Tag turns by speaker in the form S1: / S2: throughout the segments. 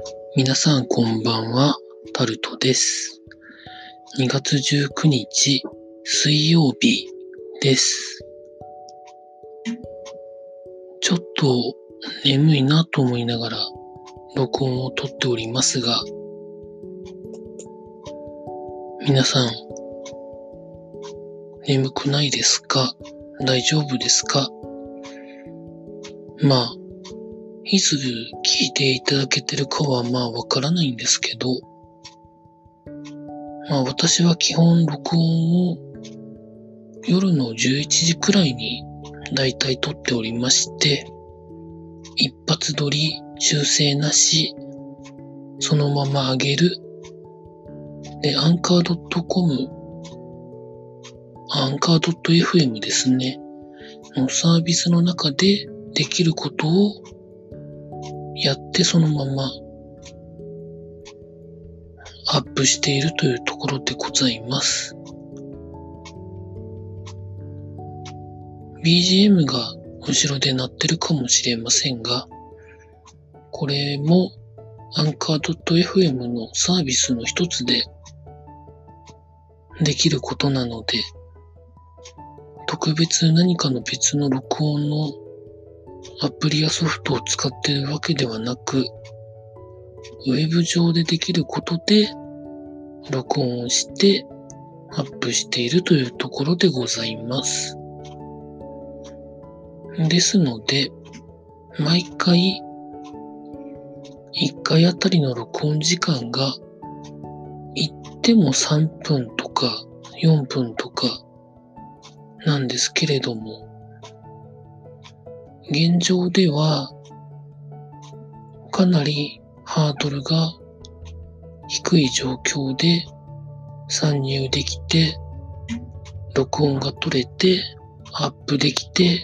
S1: 皆さんこんばんは、タルトです。2月19日、水曜日です。ちょっと眠いなと思いながら録音を撮っておりますが、皆さん、眠くないですか？大丈夫ですか？いつ聞いていただけてるかはわからないんですけど、私は基本録音を夜の11時くらいにだいたい撮っておりまして、一発撮り、修正なし、そのまま上げる。で、アンカー .fm ですね。のサービスの中でできることをやってそのままアップしているというところでございます。BGM が後ろで鳴ってるかもしれませんが、これもアンカー .fm のサービスの一つでできることなので、特別何かの別の録音のアプリやソフトを使っているわけではなく、ウェブ上でできることで録音をしてアップしているというところでございます。ですので、毎回1回あたりの録音時間が言っても3分とか4分とかなんですけれども、現状ではかなりハードルが低い状況で参入できて、録音が取れて、アップできて、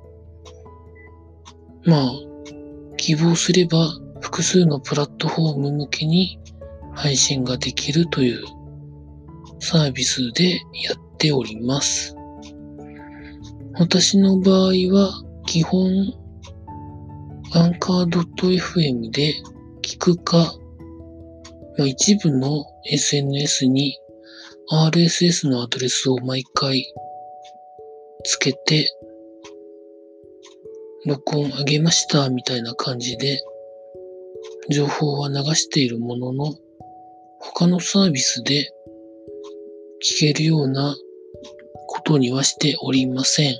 S1: 希望すれば複数のプラットフォーム向けに配信ができるというサービスでやっております。私の場合は基本アンカー .fm で聞くか、一部の SNS に RSS のアドレスを毎回つけて録音上げましたみたいな感じで情報は流しているものの、他のサービスで聞けるようなことにはしておりません。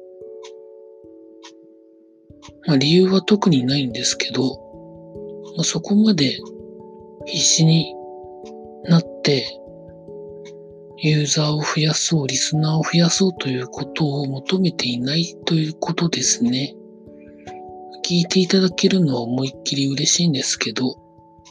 S1: 理由は特にないんですけど、そこまで必死になってユーザーを増やそう、リスナーを増やそうということを求めていないということですね。聞いていただけるのは思いっきり嬉しいんですけど、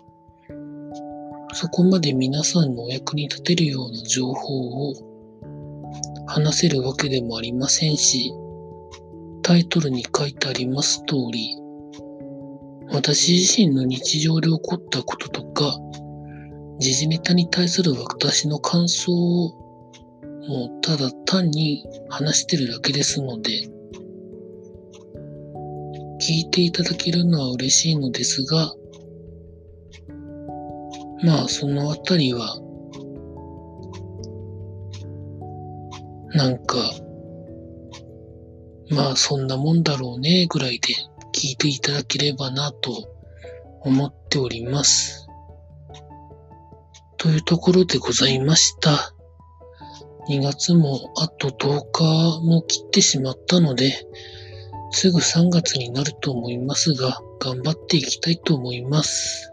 S1: そこまで皆さんのお役に立てるような情報を話せるわけでもありませんし、タイトルに書いてあります通り、私自身の日常で起こったこととか、時事ネタに対する私の感想をもうただ単に話してるだけですので、聞いていただけるのは嬉しいのですが、そのあたりはそんなもんだろうねぐらいで聞いていただければなと思っております。というところでございました。2月もあと10日も切ってしまったので、すぐ3月になると思いますが、頑張っていきたいと思います。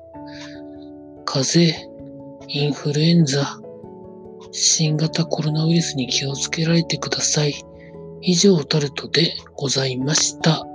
S1: 風邪、インフルエンザ、新型コロナウイルスに気をつけられてください。以上、タルトでございました。